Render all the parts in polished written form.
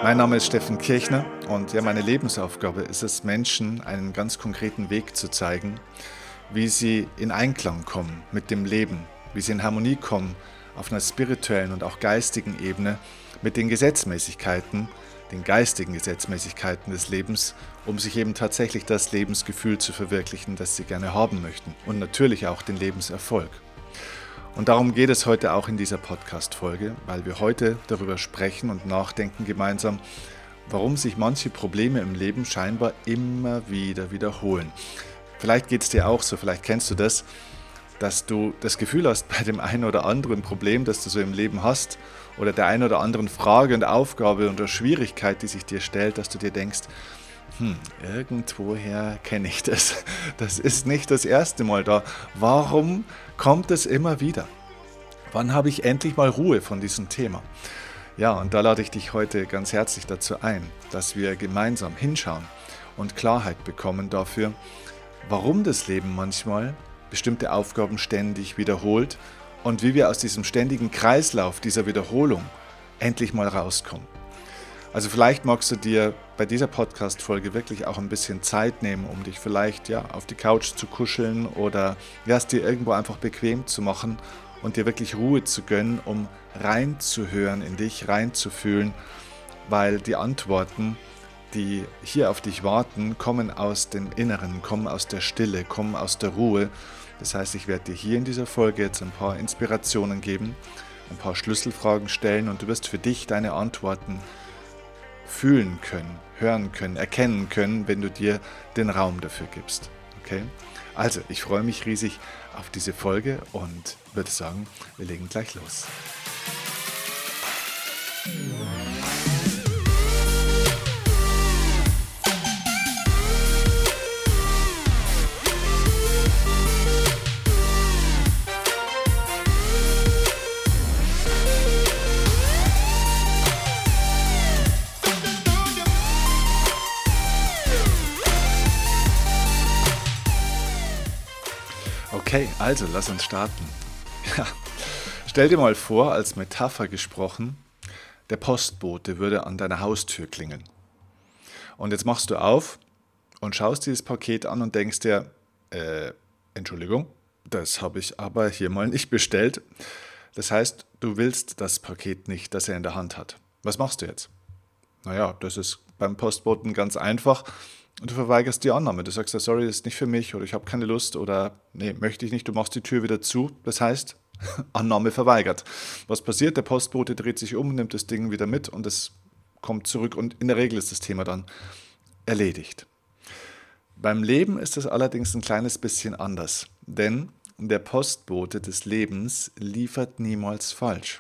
Mein Name ist Steffen Kirchner und meine Lebensaufgabe ist es, Menschen einen ganz konkreten Weg zu zeigen, wie sie in Einklang kommen mit dem Leben, wie sie in Harmonie kommen auf einer spirituellen und auch geistigen Ebene mit den Gesetzmäßigkeiten, den geistigen Gesetzmäßigkeiten des Lebens, um sich eben tatsächlich das Lebensgefühl zu verwirklichen, das sie gerne haben möchten und natürlich auch den Lebenserfolg. Und darum geht es heute auch in dieser Podcast-Folge, weil wir heute darüber sprechen und nachdenken gemeinsam, warum sich manche Probleme im Leben scheinbar immer wieder wiederholen. Vielleicht geht es dir auch so, vielleicht kennst du das, dass du das Gefühl hast, bei dem einen oder anderen Problem, das du so im Leben hast, oder der einen oder anderen Frage und Aufgabe oder Schwierigkeit, die sich dir stellt, dass du dir denkst, irgendwoher kenne ich das. Das ist nicht das erste Mal da. Warum kommt es immer wieder? Wann habe ich endlich mal Ruhe von diesem Thema? Ja, und da lade ich dich heute ganz herzlich dazu ein, dass wir gemeinsam hinschauen und Klarheit bekommen dafür, warum das Leben manchmal bestimmte Aufgaben ständig wiederholt und wie wir aus diesem ständigen Kreislauf dieser Wiederholung endlich mal rauskommen. Also vielleicht magst du dir bei dieser Podcast-Folge wirklich auch ein bisschen Zeit nehmen, um dich vielleicht auf die Couch zu kuscheln oder es dir irgendwo einfach bequem zu machen und dir wirklich Ruhe zu gönnen, um reinzuhören in dich, reinzufühlen, weil die Antworten, die hier auf dich warten, kommen aus dem Inneren, kommen aus der Stille, kommen aus der Ruhe. Das heißt, ich werde dir hier in dieser Folge jetzt ein paar Inspirationen geben, ein paar Schlüsselfragen stellen und du wirst für dich deine Antworten fühlen können, hören können, erkennen können, wenn du dir den Raum dafür gibst. Okay? Also, ich freue mich riesig auf diese Folge und würde sagen, wir legen gleich los. Okay, also lass uns starten. Stell dir mal vor, als Metapher gesprochen, der Postbote würde an deiner Haustür klingeln. Und jetzt machst du auf und schaust dieses Paket an und denkst dir, Entschuldigung, das habe ich aber hier mal nicht bestellt. Das heißt, du willst das Paket nicht, das er in der Hand hat. Was machst du jetzt? Naja, das ist beim Postboten ganz einfach. Und du verweigerst die Annahme. Du sagst, sorry, das ist nicht für mich oder ich habe keine Lust oder nee, möchte ich nicht, du machst die Tür wieder zu. Das heißt, Annahme verweigert. Was passiert? Der Postbote dreht sich um, nimmt das Ding wieder mit und es kommt zurück und in der Regel ist das Thema dann erledigt. Beim Leben ist das allerdings ein kleines bisschen anders, denn der Postbote des Lebens liefert niemals falsch.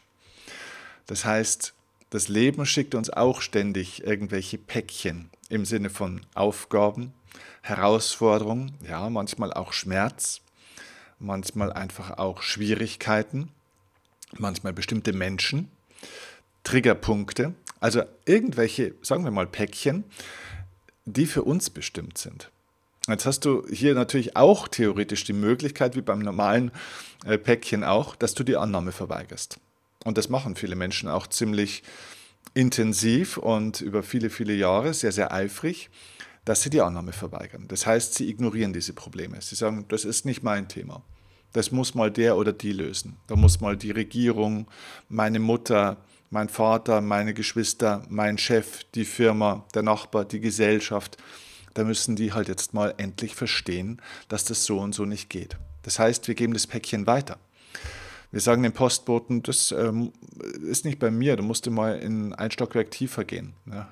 Das heißt, das Leben schickt uns auch ständig irgendwelche Päckchen im Sinne von Aufgaben, Herausforderungen, manchmal auch Schmerz, manchmal einfach auch Schwierigkeiten, manchmal bestimmte Menschen, Triggerpunkte, also irgendwelche, sagen wir mal, Päckchen, die für uns bestimmt sind. Jetzt hast du hier natürlich auch theoretisch die Möglichkeit, wie beim normalen Päckchen auch, dass du die Annahme verweigerst. Und das machen viele Menschen auch ziemlich intensiv und über viele, viele Jahre sehr, sehr eifrig, dass sie die Annahme verweigern. Das heißt, sie ignorieren diese Probleme. Sie sagen, das ist nicht mein Thema. Das muss mal der oder die lösen. Da muss mal die Regierung, meine Mutter, mein Vater, meine Geschwister, mein Chef, die Firma, der Nachbar, die Gesellschaft, da müssen die halt jetzt mal endlich verstehen, dass das so und so nicht geht. Das heißt, wir geben das Päckchen weiter. Wir sagen dem Postboten, das ist nicht bei mir, du musst mal in ein Stockwerk tiefer gehen. Ja.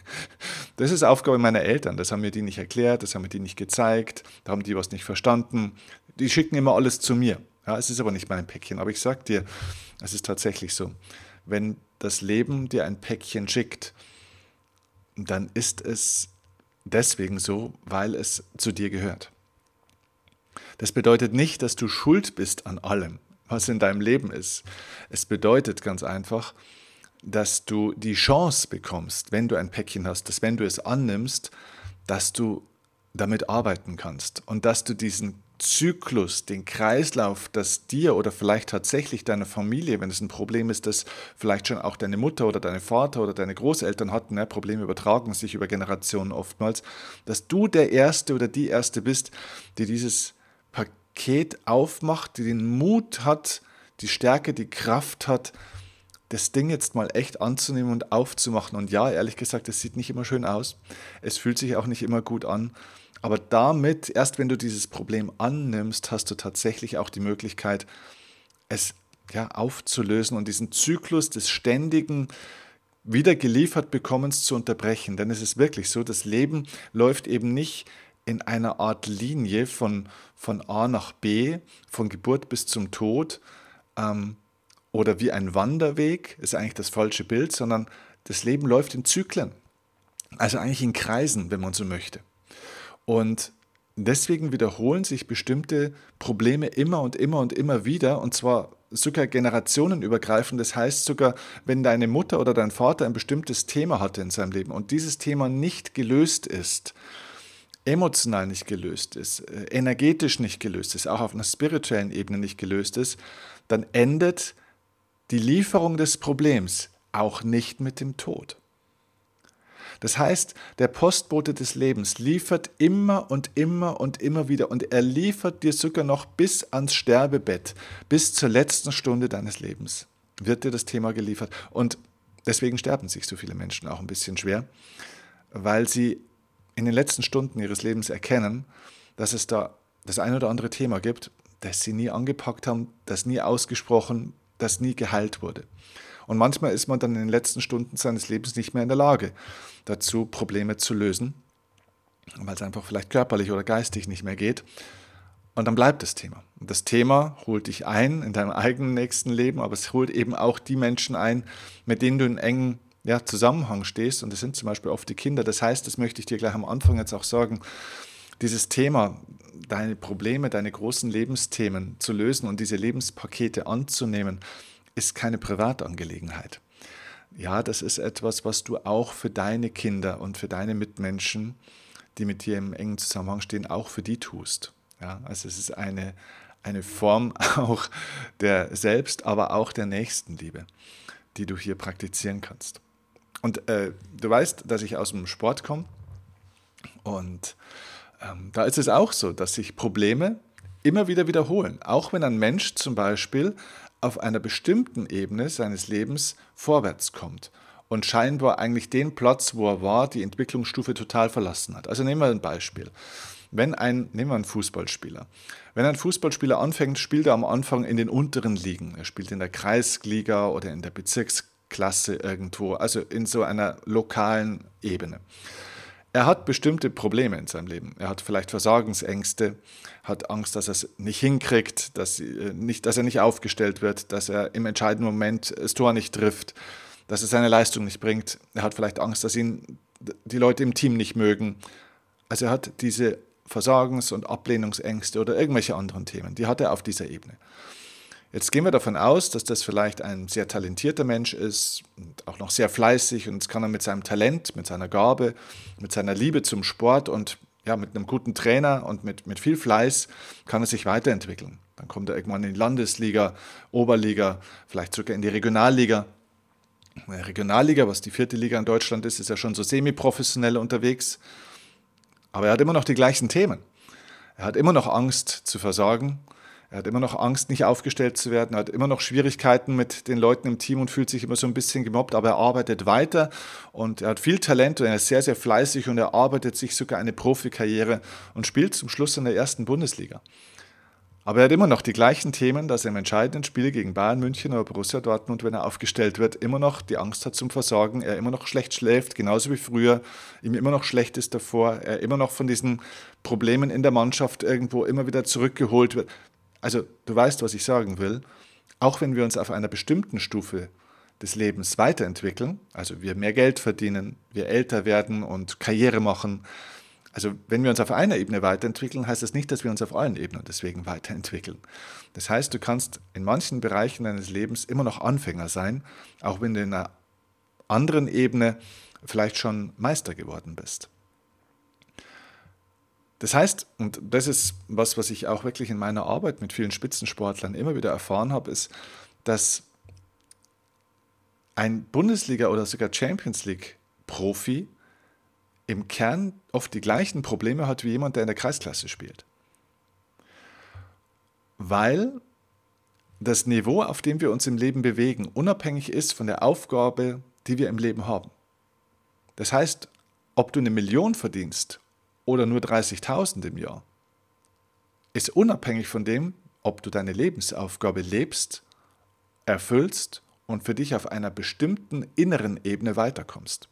Das ist Aufgabe meiner Eltern, das haben mir die nicht erklärt, das haben mir die nicht gezeigt, da haben die was nicht verstanden. Die schicken immer alles zu mir. Ja, es ist aber nicht mein Päckchen, aber ich sag dir, es ist tatsächlich so. Wenn das Leben dir ein Päckchen schickt, dann ist es deswegen so, weil es zu dir gehört. Das bedeutet nicht, dass du schuld bist an allem, was in deinem Leben ist. Es bedeutet ganz einfach, dass du die Chance bekommst, wenn du ein Päckchen hast, dass wenn du es annimmst, dass du damit arbeiten kannst und dass du diesen Zyklus, den Kreislauf, das dir oder vielleicht tatsächlich deiner Familie, wenn es ein Problem ist, das vielleicht schon auch deine Mutter oder dein Vater oder deine Großeltern hatten, ne, Probleme übertragen sich über Generationen oftmals, dass du der Erste oder die Erste bist, die dieses Paket aufmacht, die den Mut hat, die Stärke, die Kraft hat, das Ding jetzt mal echt anzunehmen und aufzumachen. Und ja, ehrlich gesagt, es sieht nicht immer schön aus. Es fühlt sich auch nicht immer gut an. Aber damit, erst wenn du dieses Problem annimmst, hast du tatsächlich auch die Möglichkeit, es aufzulösen und diesen Zyklus des ständigen wiedergeliefert Bekommens zu unterbrechen. Denn es ist wirklich so, das Leben läuft eben nicht in einer Art Linie von A nach B, von Geburt bis zum Tod, oder wie ein Wanderweg, ist eigentlich das falsche Bild, sondern das Leben läuft in Zyklen, also eigentlich in Kreisen, wenn man so möchte. Und deswegen wiederholen sich bestimmte Probleme immer und immer und immer wieder, und zwar sogar generationenübergreifend. Das heißt sogar, wenn deine Mutter oder dein Vater ein bestimmtes Thema hatte in seinem Leben und dieses Thema nicht gelöst ist, emotional nicht gelöst ist, energetisch nicht gelöst ist, auch auf einer spirituellen Ebene nicht gelöst ist, dann endet die Lieferung des Problems auch nicht mit dem Tod. Das heißt, der Postbote des Lebens liefert immer und immer und immer wieder und er liefert dir sogar noch bis ans Sterbebett, bis zur letzten Stunde deines Lebens wird dir das Thema geliefert. Und deswegen sterben sich so viele Menschen auch ein bisschen schwer, weil sie in den letzten Stunden ihres Lebens erkennen, dass es da das ein oder andere Thema gibt, das sie nie angepackt haben, das nie ausgesprochen, das nie geheilt wurde. Und manchmal ist man dann in den letzten Stunden seines Lebens nicht mehr in der Lage, dazu Probleme zu lösen, weil es einfach vielleicht körperlich oder geistig nicht mehr geht. Und dann bleibt das Thema. Und das Thema holt dich ein in deinem eigenen nächsten Leben, aber es holt eben auch die Menschen ein, mit denen du in engen Zusammenhang stehst. Und das sind zum Beispiel oft die Kinder. Das heißt, das möchte ich dir gleich am Anfang jetzt auch sagen, dieses Thema, deine Probleme, deine großen Lebensthemen zu lösen und diese Lebenspakete anzunehmen, ist keine Privatangelegenheit. Ja, das ist etwas, was du auch für deine Kinder und für deine Mitmenschen, die mit dir im engen Zusammenhang stehen, auch für die tust. Ja, also es ist eine Form auch der Selbst-, aber auch der Nächstenliebe, die du hier praktizieren kannst. Und du weißt, dass ich aus dem Sport komme und da ist es auch so, dass sich Probleme immer wieder wiederholen. Auch wenn ein Mensch zum Beispiel auf einer bestimmten Ebene seines Lebens vorwärts kommt und scheinbar eigentlich den Platz, wo er war, die Entwicklungsstufe total verlassen hat. Also nehmen wir ein Beispiel. Nehmen wir einen Fußballspieler. Wenn ein Fußballspieler anfängt, spielt er am Anfang in den unteren Ligen. Er spielt in der Kreisliga oder in der Bezirksklasse irgendwo, also in so einer lokalen Ebene. Er hat bestimmte Probleme in seinem Leben. Er hat vielleicht Versagensängste, hat Angst, dass er es nicht hinkriegt, dass er nicht aufgestellt wird, dass er im entscheidenden Moment das Tor nicht trifft, dass er seine Leistung nicht bringt. Er hat vielleicht Angst, dass ihn die Leute im Team nicht mögen. Also er hat diese Versagens- und Ablehnungsängste oder irgendwelche anderen Themen. Die hat er auf dieser Ebene. Jetzt gehen wir davon aus, dass das vielleicht ein sehr talentierter Mensch ist und auch noch sehr fleißig und jetzt kann er mit seinem Talent, mit seiner Gabe, mit seiner Liebe zum Sport und mit einem guten Trainer und mit viel Fleiß kann er sich weiterentwickeln. Dann kommt er irgendwann in die Landesliga, Oberliga, vielleicht sogar in die Regionalliga. Regionalliga, was die 4. Liga in Deutschland ist ja schon so semi-professionell unterwegs. Aber er hat immer noch die gleichen Themen. Er hat immer noch Angst zu versagen. Er hat immer noch Angst, nicht aufgestellt zu werden. Er hat immer noch Schwierigkeiten mit den Leuten im Team und fühlt sich immer so ein bisschen gemobbt. Aber er arbeitet weiter und er hat viel Talent und er ist sehr, sehr fleißig und er arbeitet sich sogar eine Profikarriere und spielt zum Schluss in der 1. Bundesliga. Aber er hat immer noch die gleichen Themen, dass er im entscheidenden Spiel gegen Bayern München oder Borussia Dortmund, wenn er aufgestellt wird, immer noch die Angst hat zum Versagen, er immer noch schlecht schläft, genauso wie früher, ihm immer noch schlecht ist davor, er immer noch von diesen Problemen in der Mannschaft irgendwo immer wieder zurückgeholt wird. Also du weißt, was ich sagen will. Auch wenn wir uns auf einer bestimmten Stufe des Lebens weiterentwickeln, also wir mehr Geld verdienen, wir älter werden und Karriere machen, also wenn wir uns auf einer Ebene weiterentwickeln, heißt das nicht, dass wir uns auf allen Ebenen deswegen weiterentwickeln. Das heißt, du kannst in manchen Bereichen deines Lebens immer noch Anfänger sein, auch wenn du in einer anderen Ebene vielleicht schon Meister geworden bist. Das heißt, und das ist was ich auch wirklich in meiner Arbeit mit vielen Spitzensportlern immer wieder erfahren habe, ist, dass ein Bundesliga- oder sogar Champions League-Profi im Kern oft die gleichen Probleme hat wie jemand, der in der Kreisklasse spielt. Weil das Niveau, auf dem wir uns im Leben bewegen, unabhängig ist von der Aufgabe, die wir im Leben haben. Das heißt, ob du 1 Million verdienst oder nur 30.000 im Jahr, ist unabhängig von dem, ob du deine Lebensaufgabe lebst, erfüllst und für dich auf einer bestimmten inneren Ebene weiterkommst.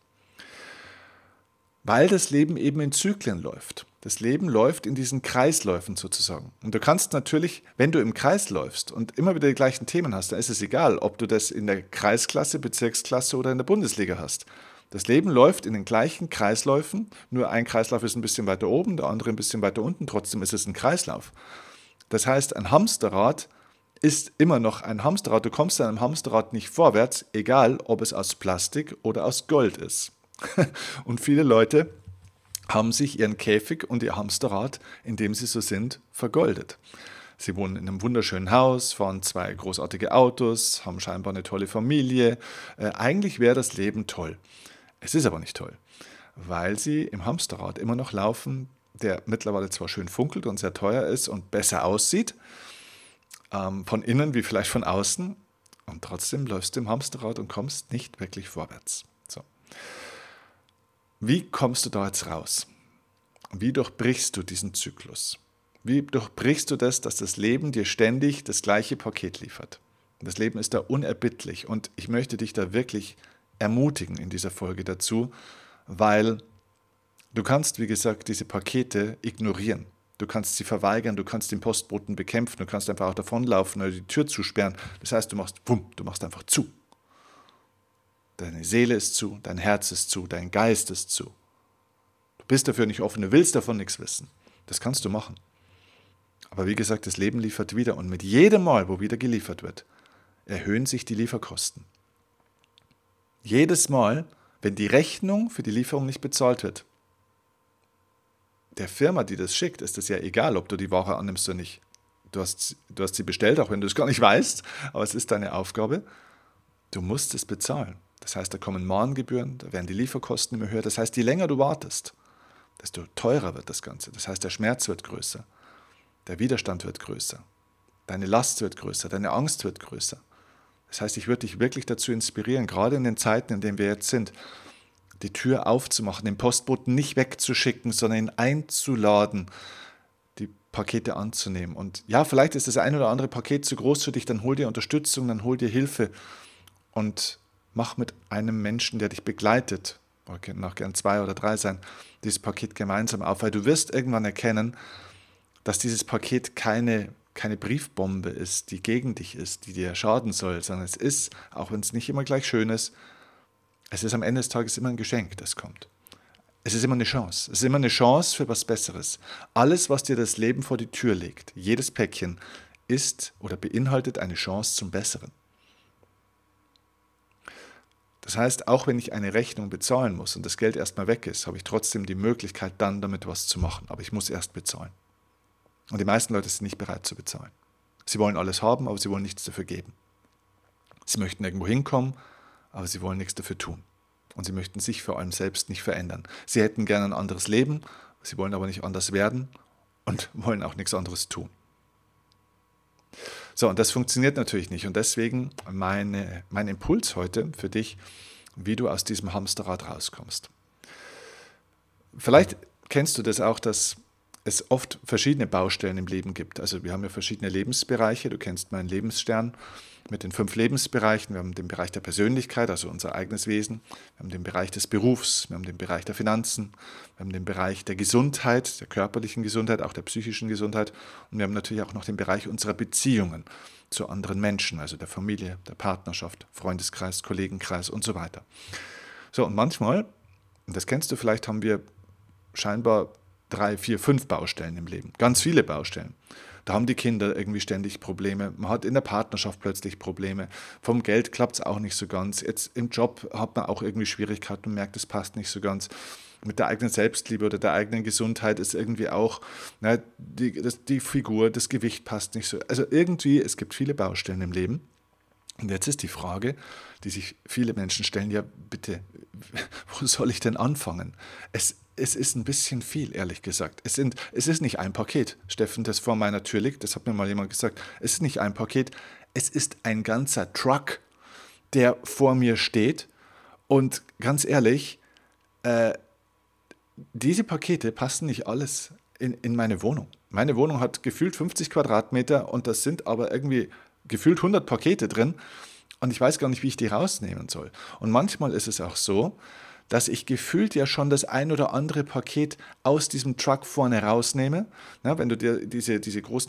Weil das Leben eben in Zyklen läuft. Das Leben läuft in diesen Kreisläufen sozusagen. Und du kannst natürlich, wenn du im Kreis läufst und immer wieder die gleichen Themen hast, dann ist es egal, ob du das in der Kreisklasse, Bezirksklasse oder in der Bundesliga hast. Das Leben läuft in den gleichen Kreisläufen, nur ein Kreislauf ist ein bisschen weiter oben, der andere ein bisschen weiter unten, trotzdem ist es ein Kreislauf. Das heißt, ein Hamsterrad ist immer noch ein Hamsterrad. Du kommst an einem Hamsterrad nicht vorwärts, egal ob es aus Plastik oder aus Gold ist. Und viele Leute haben sich ihren Käfig und ihr Hamsterrad, in dem sie so sind, vergoldet. Sie wohnen in einem wunderschönen Haus, fahren 2 großartige Autos, haben scheinbar eine tolle Familie. Eigentlich wäre das Leben toll. Es ist aber nicht toll, weil sie im Hamsterrad immer noch laufen, der mittlerweile zwar schön funkelt und sehr teuer ist und besser aussieht, von innen wie vielleicht von außen, und trotzdem läufst du im Hamsterrad und kommst nicht wirklich vorwärts. So. Wie kommst du da jetzt raus? Wie durchbrichst du diesen Zyklus? Wie durchbrichst du das, dass das Leben dir ständig das gleiche Paket liefert? Das Leben ist da unerbittlich und ich möchte dich da wirklich ermutigen in dieser Folge dazu, weil du kannst, wie gesagt, diese Pakete ignorieren. Du kannst sie verweigern, du kannst den Postboten bekämpfen, du kannst einfach auch davonlaufen oder die Tür zusperren. Das heißt, du machst einfach zu. Deine Seele ist zu, dein Herz ist zu, dein Geist ist zu. Du bist dafür nicht offen, du willst davon nichts wissen. Das kannst du machen. Aber wie gesagt, das Leben liefert wieder und mit jedem Mal, wo wieder geliefert wird, erhöhen sich die Lieferkosten. Jedes Mal, wenn die Rechnung für die Lieferung nicht bezahlt wird, der Firma, die das schickt, ist es ja egal, ob du die Ware annimmst oder nicht. Du hast sie bestellt, auch wenn du es gar nicht weißt, aber es ist deine Aufgabe. Du musst es bezahlen. Das heißt, da kommen Mahngebühren, da werden die Lieferkosten immer höher. Das heißt, je länger du wartest, desto teurer wird das Ganze. Das heißt, der Schmerz wird größer, der Widerstand wird größer, deine Last wird größer, deine Angst wird größer. Das heißt, ich würde dich wirklich dazu inspirieren, gerade in den Zeiten, in denen wir jetzt sind, die Tür aufzumachen, den Postboten nicht wegzuschicken, sondern ihn einzuladen, die Pakete anzunehmen. Und ja, vielleicht ist das ein oder andere Paket zu groß für dich, dann hol dir Unterstützung, dann hol dir Hilfe und mach mit einem Menschen, der dich begleitet, können auch gern 2 oder 3 sein, dieses Paket gemeinsam auf, weil du wirst irgendwann erkennen, dass dieses Paket keine Briefbombe ist, die gegen dich ist, die dir schaden soll, sondern es ist, auch wenn es nicht immer gleich schön ist, es ist am Ende des Tages immer ein Geschenk, das kommt. Es ist immer eine Chance. Es ist immer eine Chance für was Besseres. Alles, was dir das Leben vor die Tür legt, jedes Päckchen, ist oder beinhaltet eine Chance zum Besseren. Das heißt, auch wenn ich eine Rechnung bezahlen muss und das Geld erstmal weg ist, habe ich trotzdem die Möglichkeit, dann damit was zu machen. Aber ich muss erst bezahlen. Und die meisten Leute sind nicht bereit zu bezahlen. Sie wollen alles haben, aber sie wollen nichts dafür geben. Sie möchten irgendwo hinkommen, aber sie wollen nichts dafür tun. Und sie möchten sich vor allem selbst nicht verändern. Sie hätten gerne ein anderes Leben, sie wollen aber nicht anders werden und wollen auch nichts anderes tun. So, und das funktioniert natürlich nicht. Und deswegen mein Impuls heute für dich, wie du aus diesem Hamsterrad rauskommst. Vielleicht kennst du das auch, dass es oft verschiedene Baustellen im Leben gibt. Also wir haben ja verschiedene Lebensbereiche. Du kennst meinen Lebensstern mit den 5 Lebensbereichen. Wir haben den Bereich der Persönlichkeit, also unser eigenes Wesen. Wir haben den Bereich des Berufs, wir haben den Bereich der Finanzen, wir haben den Bereich der Gesundheit, der körperlichen Gesundheit, auch der psychischen Gesundheit. Und wir haben natürlich auch noch den Bereich unserer Beziehungen zu anderen Menschen, also der Familie, der Partnerschaft, Freundeskreis, Kollegenkreis und so weiter. So, und manchmal, und das kennst du vielleicht, haben wir scheinbar 3, 4, 5 Baustellen im Leben. Ganz viele Baustellen. Da haben die Kinder irgendwie ständig Probleme. Man hat in der Partnerschaft plötzlich Probleme. Vom Geld klappt es auch nicht so ganz. Jetzt im Job hat man auch irgendwie Schwierigkeiten und merkt, es passt nicht so ganz. mit der eigenen Selbstliebe oder der eigenen Gesundheit ist irgendwie auch, na, die Figur, das Gewicht passt nicht so. Also irgendwie, es gibt viele Baustellen im Leben. Und jetzt ist die Frage, die sich viele Menschen stellen, ja bitte, wo soll ich denn anfangen? Es ist ein bisschen viel, ehrlich gesagt. Es ist nicht ein Paket. Steffen, das vor meiner Tür liegt, das hat mir mal jemand gesagt, es ist nicht ein Paket, es ist ein ganzer Truck, der vor mir steht. Und ganz ehrlich, diese Pakete passen nicht alles in meine Wohnung. Meine Wohnung hat gefühlt 50 Quadratmeter und das sind aber irgendwie gefühlt 100 Pakete drin und ich weiß gar nicht, wie ich die rausnehmen soll. Und manchmal ist es auch so, dass ich gefühlt ja schon das ein oder andere Paket aus diesem Truck vorne rausnehme. Na, wenn du dir diese großen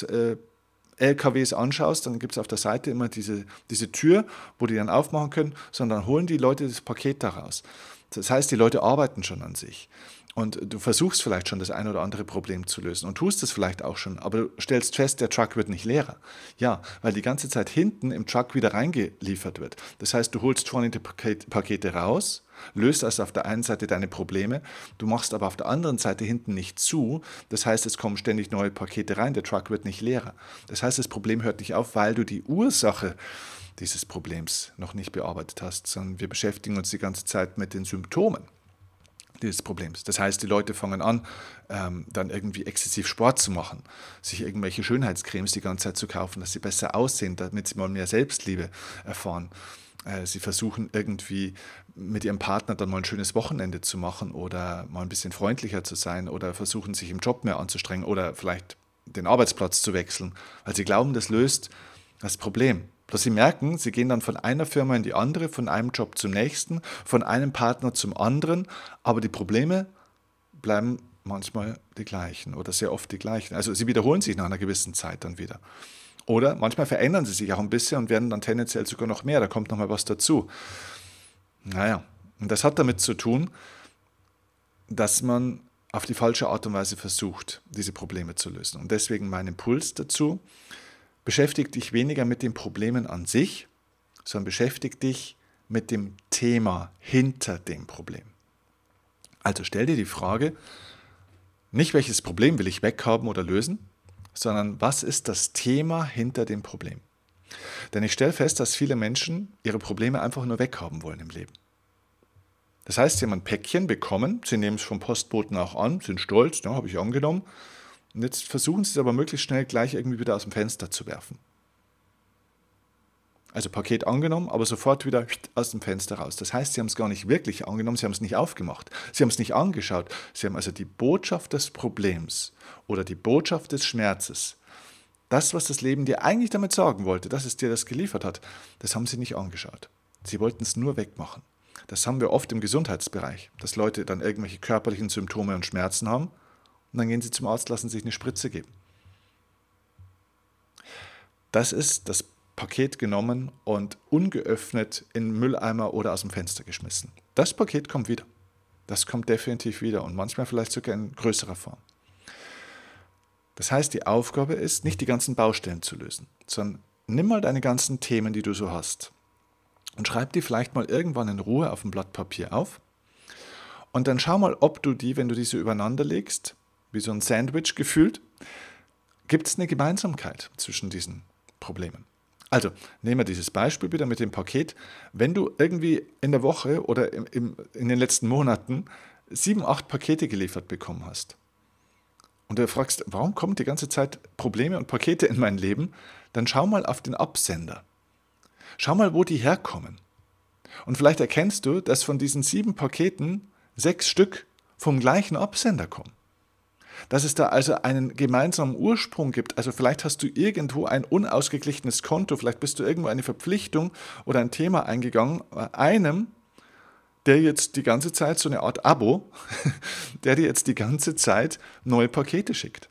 LKWs anschaust, dann gibt es auf der Seite immer diese Tür, wo die dann aufmachen können, sondern holen die Leute das Paket da raus. Das heißt, die Leute arbeiten schon an sich. Und du versuchst vielleicht schon das ein oder andere Problem zu lösen und tust es vielleicht auch schon, aber du stellst fest, der Truck wird nicht leerer. Ja, weil die ganze Zeit hinten im Truck wieder reingeliefert wird. Das heißt, du holst vorne die Pakete raus, löst also auf der einen Seite deine Probleme, du machst aber auf der anderen Seite hinten nicht zu. Das heißt, es kommen ständig neue Pakete rein, der Truck wird nicht leerer. Das heißt, das Problem hört nicht auf, weil du die Ursache dieses Problems noch nicht bearbeitet hast, sondern wir beschäftigen uns die ganze Zeit mit den Symptomen dieses Problems. Das heißt, die Leute fangen an, dann irgendwie exzessiv Sport zu machen, sich irgendwelche Schönheitscremes die ganze Zeit zu kaufen, dass sie besser aussehen, damit sie mal mehr Selbstliebe erfahren. Sie versuchen irgendwie mit ihrem Partner dann mal ein schönes Wochenende zu machen oder mal ein bisschen freundlicher zu sein oder versuchen sich im Job mehr anzustrengen oder vielleicht den Arbeitsplatz zu wechseln, weil sie glauben, das löst das Problem. Bloß sie merken, sie gehen dann von einer Firma in die andere, von einem Job zum nächsten, von einem Partner zum anderen, aber die Probleme bleiben manchmal die gleichen oder sehr oft die gleichen. Also sie wiederholen sich nach einer gewissen Zeit dann wieder. Oder manchmal verändern sie sich auch ein bisschen und werden dann tendenziell sogar noch mehr, da kommt noch mal was dazu. Naja, und das hat damit zu tun, dass man auf die falsche Art und Weise versucht, diese Probleme zu lösen. Und deswegen mein Impuls dazu: Beschäftige dich weniger mit den Problemen an sich, sondern beschäftige dich mit dem Thema hinter dem Problem. Also stell dir die Frage, nicht welches Problem will ich weghaben oder lösen, sondern was ist das Thema hinter dem Problem. Denn ich stelle fest, dass viele Menschen ihre Probleme einfach nur weghaben wollen im Leben. Das heißt, sie haben ein Päckchen bekommen, sie nehmen es vom Postboten auch an, sind stolz, ja, habe ich angenommen. Und jetzt versuchen sie es aber möglichst schnell gleich irgendwie wieder aus dem Fenster zu werfen. Also Paket angenommen, aber sofort wieder aus dem Fenster raus. Das heißt, sie haben es gar nicht wirklich angenommen, sie haben es nicht aufgemacht, sie haben es nicht angeschaut. Sie haben also die Botschaft des Problems oder die Botschaft des Schmerzes, das, was das Leben dir eigentlich damit sagen wollte, dass es dir das geliefert hat, das haben sie nicht angeschaut. Sie wollten es nur wegmachen. Das haben wir oft im Gesundheitsbereich, dass Leute dann irgendwelche körperlichen Symptome und Schmerzen haben. Und dann gehen sie zum Arzt, lassen sich eine Spritze geben. Das ist das Paket genommen und ungeöffnet in den Mülleimer oder aus dem Fenster geschmissen. Das Paket kommt wieder. Das kommt definitiv wieder und manchmal vielleicht sogar in größerer Form. Das heißt, die Aufgabe ist, nicht die ganzen Baustellen zu lösen, sondern nimm mal deine ganzen Themen, die du so hast, und schreib die vielleicht mal irgendwann in Ruhe auf ein Blatt Papier auf. Und dann schau mal, ob du die, wenn du diese übereinander legst, wie so ein Sandwich gefühlt, gibt es eine Gemeinsamkeit zwischen diesen Problemen. Also, nehmen wir dieses Beispiel wieder mit dem Paket. Wenn du irgendwie in der Woche oder in den letzten Monaten 7, 8 Pakete geliefert bekommen hast und du fragst, warum kommen die ganze Zeit Probleme und Pakete in mein Leben, dann schau mal auf den Absender. Schau mal, wo die herkommen. Und vielleicht erkennst du, dass von diesen 7 Paketen 6 Stück vom gleichen Absender kommen. Dass es da also einen gemeinsamen Ursprung gibt. Also vielleicht hast du irgendwo ein unausgeglichenes Konto, vielleicht bist du irgendwo eine Verpflichtung oder ein Thema eingegangen, bei einem, der jetzt die ganze Zeit so eine Art Abo, der dir jetzt die ganze Zeit neue Pakete schickt.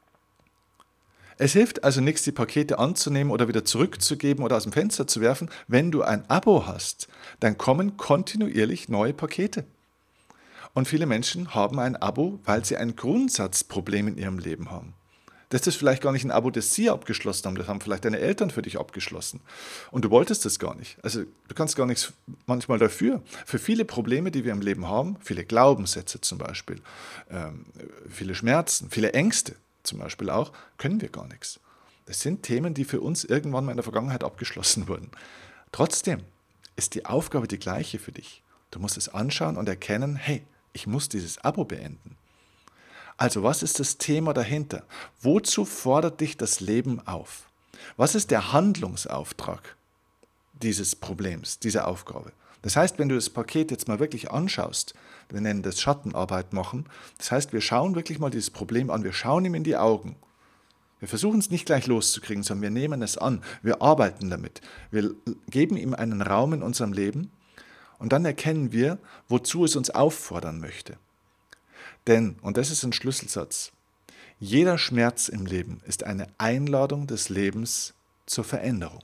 Es hilft also nichts, die Pakete anzunehmen oder wieder zurückzugeben oder aus dem Fenster zu werfen. Wenn du ein Abo hast, dann kommen kontinuierlich neue Pakete. Und viele Menschen haben ein Abo, weil sie ein Grundsatzproblem in ihrem Leben haben. Das ist vielleicht gar nicht ein Abo, das sie abgeschlossen haben, das haben vielleicht deine Eltern für dich abgeschlossen. Und du wolltest das gar nicht. Also du kannst gar nichts manchmal dafür. Für viele Probleme, die wir im Leben haben, viele Glaubenssätze zum Beispiel, viele Schmerzen, viele Ängste zum Beispiel auch, können wir gar nichts. Das sind Themen, die für uns irgendwann mal in der Vergangenheit abgeschlossen wurden. Trotzdem ist die Aufgabe die gleiche für dich. Du musst es anschauen und erkennen, hey, ich muss dieses Abo beenden. Also, was ist das Thema dahinter? Wozu fordert dich das Leben auf? Was ist der Handlungsauftrag dieses Problems, dieser Aufgabe? Das heißt, wenn du das Paket jetzt mal wirklich anschaust, wir nennen das Schattenarbeit machen, das heißt, wir schauen wirklich mal dieses Problem an, wir schauen ihm in die Augen. Wir versuchen es nicht gleich loszukriegen, sondern wir nehmen es an, wir arbeiten damit, wir geben ihm einen Raum in unserem Leben und dann erkennen wir, wozu es uns auffordern möchte. Denn, und das ist ein Schlüsselsatz, jeder Schmerz im Leben ist eine Einladung des Lebens zur Veränderung.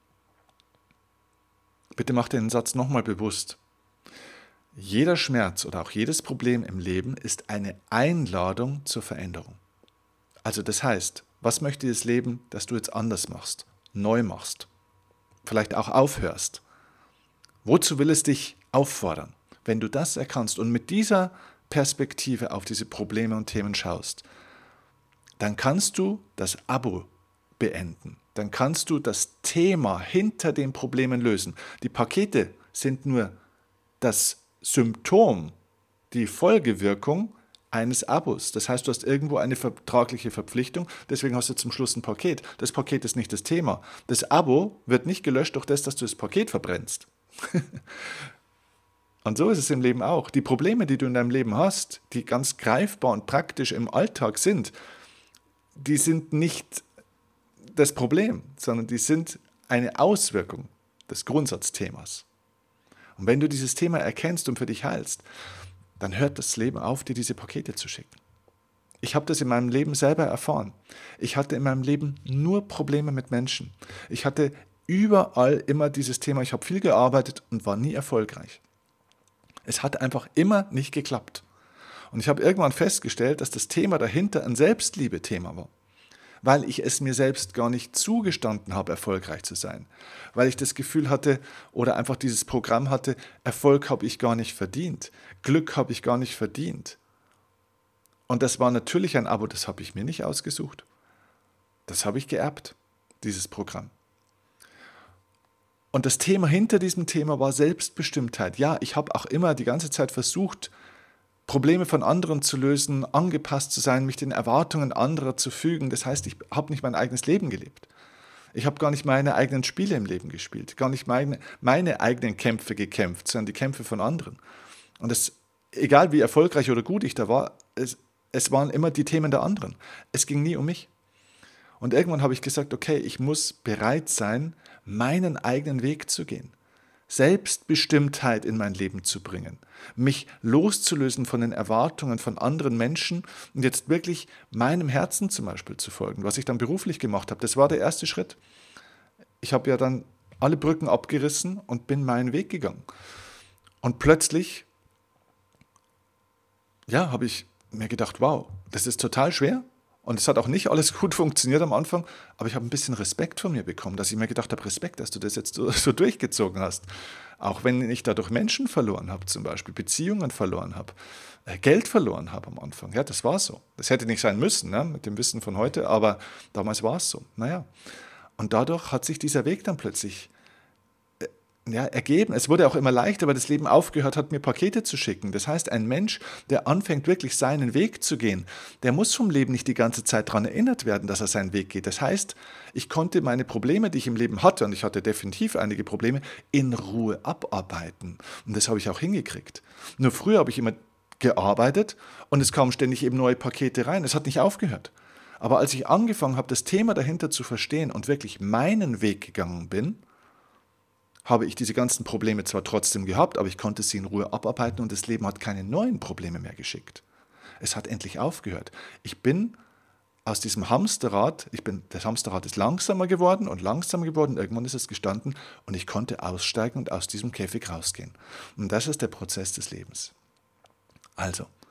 Bitte mach dir den Satz nochmal bewusst. Jeder Schmerz oder auch jedes Problem im Leben ist eine Einladung zur Veränderung. Also das heißt, was möchte das Leben, dass du jetzt anders machst, neu machst, vielleicht auch aufhörst? Wozu will es dich auffordern? Wenn du das erkannst und mit dieser Perspektive auf diese Probleme und Themen schaust, dann kannst du das Abo beenden. Dann kannst du das Thema hinter den Problemen lösen. Die Pakete sind nur das Symptom, die Folgewirkung eines Abos. Das heißt, du hast irgendwo eine vertragliche Verpflichtung, deswegen hast du zum Schluss ein Paket. Das Paket ist nicht das Thema. Das Abo wird nicht gelöscht durch das, dass du das Paket verbrennst. Und so ist es im Leben auch. Die Probleme, die du in deinem Leben hast, die ganz greifbar und praktisch im Alltag sind, die sind nicht das Problem, sondern die sind eine Auswirkung des Grundsatzthemas. Und wenn du dieses Thema erkennst und für dich heilst, dann hört das Leben auf, dir diese Pakete zu schicken. Ich habe das in meinem Leben selber erfahren. Ich hatte in meinem Leben nur Probleme mit Menschen. Ich hatte überall immer dieses Thema, ich habe viel gearbeitet und war nie erfolgreich. Es hat einfach immer nicht geklappt. Und ich habe irgendwann festgestellt, dass das Thema dahinter ein Selbstliebe-Thema war. Weil ich es mir selbst gar nicht zugestanden habe, erfolgreich zu sein. Weil ich das Gefühl hatte oder einfach dieses Programm hatte, Erfolg habe ich gar nicht verdient. Glück habe ich gar nicht verdient. Und das war natürlich ein Abo, das habe ich mir nicht ausgesucht. Das habe ich geerbt, dieses Programm. Und das Thema hinter diesem Thema war Selbstbestimmtheit. Ja, ich habe auch immer die ganze Zeit versucht, Probleme von anderen zu lösen, angepasst zu sein, mich den Erwartungen anderer zu fügen. Das heißt, ich habe nicht mein eigenes Leben gelebt. Ich habe gar nicht meine eigenen Spiele im Leben gespielt, gar nicht meine eigenen Kämpfe gekämpft, sondern die Kämpfe von anderen. Und egal wie erfolgreich oder gut ich da war, es waren immer die Themen der anderen. Es ging nie um mich. Und irgendwann habe ich gesagt, okay, ich muss bereit sein, meinen eigenen Weg zu gehen. Selbstbestimmtheit in mein Leben zu bringen, mich loszulösen von den Erwartungen von anderen Menschen und jetzt wirklich meinem Herzen zum Beispiel zu folgen, was ich dann beruflich gemacht habe. Das war der erste Schritt. Ich habe ja dann alle Brücken abgerissen und bin meinen Weg gegangen. Und plötzlich, ja, habe ich mir gedacht, wow, das ist total schwer. Und es hat auch nicht alles gut funktioniert am Anfang, aber ich habe ein bisschen Respekt von mir bekommen, dass ich mir gedacht habe, Respekt, dass du das jetzt so durchgezogen hast. Auch wenn ich dadurch Menschen verloren habe, zum Beispiel Beziehungen verloren habe, Geld verloren habe am Anfang. Ja, das war so. Das hätte nicht sein müssen, ne, mit dem Wissen von heute, aber damals war es so. Naja, und dadurch hat sich dieser Weg dann plötzlich ergeben. Es wurde auch immer leichter, weil das Leben aufgehört hat, mir Pakete zu schicken. Das heißt, ein Mensch, der anfängt, wirklich seinen Weg zu gehen, der muss vom Leben nicht die ganze Zeit daran erinnert werden, dass er seinen Weg geht. Das heißt, ich konnte meine Probleme, die ich im Leben hatte, und ich hatte definitiv einige Probleme, in Ruhe abarbeiten. Und das habe ich auch hingekriegt. Nur früher habe ich immer gearbeitet und es kamen ständig eben neue Pakete rein. Es hat nicht aufgehört. Aber als ich angefangen habe, das Thema dahinter zu verstehen und wirklich meinen Weg gegangen bin, habe ich diese ganzen Probleme zwar trotzdem gehabt, aber ich konnte sie in Ruhe abarbeiten und das Leben hat keine neuen Probleme mehr geschickt. Es hat endlich aufgehört. Ich bin aus diesem Hamsterrad, das Hamsterrad ist langsamer geworden, irgendwann ist es gestanden und ich konnte aussteigen und aus diesem Käfig rausgehen. Und das ist der Prozess des Lebens. Also,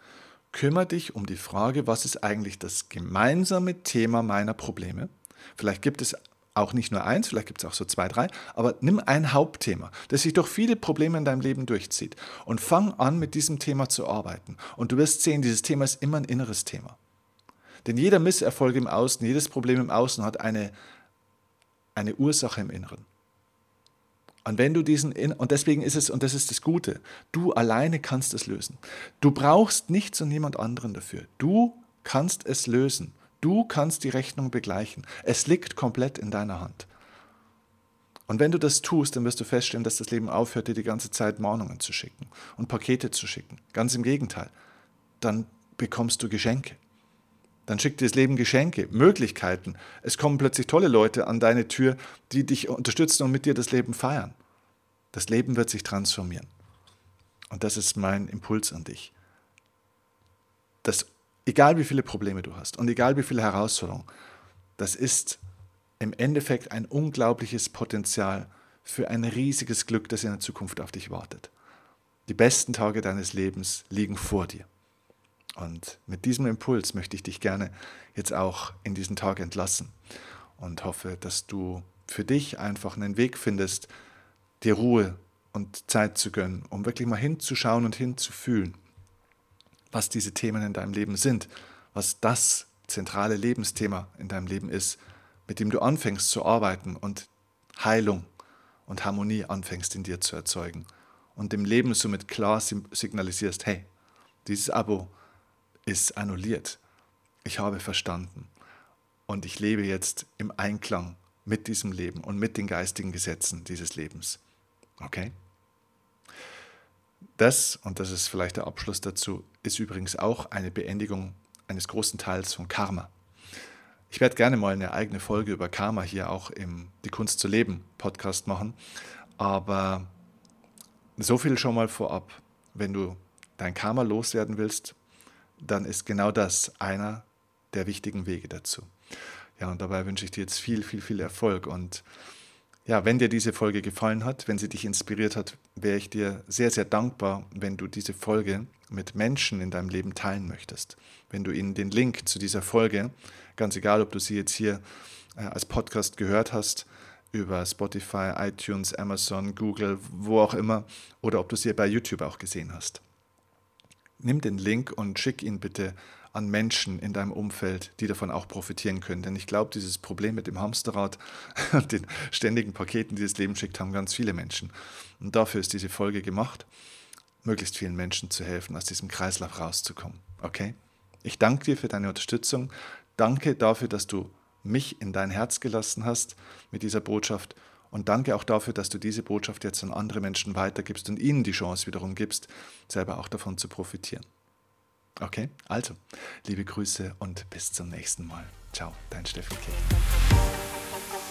kümmere dich um die Frage, was ist eigentlich das gemeinsame Thema meiner Probleme? Vielleicht gibt es auch nicht nur eins, vielleicht gibt es auch so 2, 3, aber nimm ein Hauptthema, das sich durch viele Probleme in deinem Leben durchzieht und fang an, mit diesem Thema zu arbeiten. Und du wirst sehen, dieses Thema ist immer ein inneres Thema. Denn jeder Misserfolg im Außen, jedes Problem im Außen hat eine Ursache im Inneren. Und wenn du und deswegen ist es, und das ist das Gute, du alleine kannst es lösen. Du brauchst nichts und niemand anderen dafür. Du kannst es lösen. Du kannst die Rechnung begleichen. Es liegt komplett in deiner Hand. Und wenn du das tust, dann wirst du feststellen, dass das Leben aufhört, dir die ganze Zeit Mahnungen zu schicken und Pakete zu schicken. Ganz im Gegenteil. Dann bekommst du Geschenke. Dann schickt dir das Leben Geschenke, Möglichkeiten. Es kommen plötzlich tolle Leute an deine Tür, die dich unterstützen und mit dir das Leben feiern. Das Leben wird sich transformieren. Und das ist mein Impuls an dich. Dass egal wie viele Probleme du hast und egal wie viele Herausforderungen, das ist im Endeffekt ein unglaubliches Potenzial für ein riesiges Glück, das in der Zukunft auf dich wartet. Die besten Tage deines Lebens liegen vor dir. Und mit diesem Impuls möchte ich dich gerne jetzt auch in diesen Tag entlassen und hoffe, dass du für dich einfach einen Weg findest, dir Ruhe und Zeit zu gönnen, um wirklich mal hinzuschauen und hinzufühlen, was diese Themen in deinem Leben sind, was das zentrale Lebensthema in deinem Leben ist, mit dem du anfängst zu arbeiten und Heilung und Harmonie anfängst in dir zu erzeugen und dem Leben somit klar signalisierst, hey, dieses Abo ist annulliert. Ich habe verstanden und ich lebe jetzt im Einklang mit diesem Leben und mit den geistigen Gesetzen dieses Lebens. Okay? Das, und das ist vielleicht der Abschluss dazu, ist übrigens auch eine Beendigung eines großen Teils von Karma. Ich werde gerne mal eine eigene Folge über Karma hier auch im Die Kunst zu leben Podcast machen, aber so viel schon mal vorab. Wenn du dein Karma loswerden willst, dann ist genau das einer der wichtigen Wege dazu. Ja, und dabei wünsche ich dir jetzt viel, viel, viel Erfolg. Und ja, wenn dir diese Folge gefallen hat, wenn sie dich inspiriert hat, wäre ich dir sehr, sehr dankbar, wenn du diese Folge mit Menschen in deinem Leben teilen möchtest. Wenn du ihnen den Link zu dieser Folge, ganz egal, ob du sie jetzt hier als Podcast gehört hast, über Spotify, iTunes, Amazon, Google, wo auch immer, oder ob du sie bei YouTube auch gesehen hast. Nimm den Link und schick ihn bitte an Menschen in deinem Umfeld, die davon auch profitieren können. Denn ich glaube, dieses Problem mit dem Hamsterrad und den ständigen Paketen, die das Leben schickt, haben ganz viele Menschen. Und dafür ist diese Folge gemacht, möglichst vielen Menschen zu helfen, aus diesem Kreislauf rauszukommen. Okay? Ich danke dir für deine Unterstützung. Danke dafür, dass du mich in dein Herz gelassen hast mit dieser Botschaft. Und danke auch dafür, dass du diese Botschaft jetzt an andere Menschen weitergibst und ihnen die Chance wiederum gibst, selber auch davon zu profitieren. Okay, also, liebe Grüße und bis zum nächsten Mal. Ciao, dein Steffen Kirchner.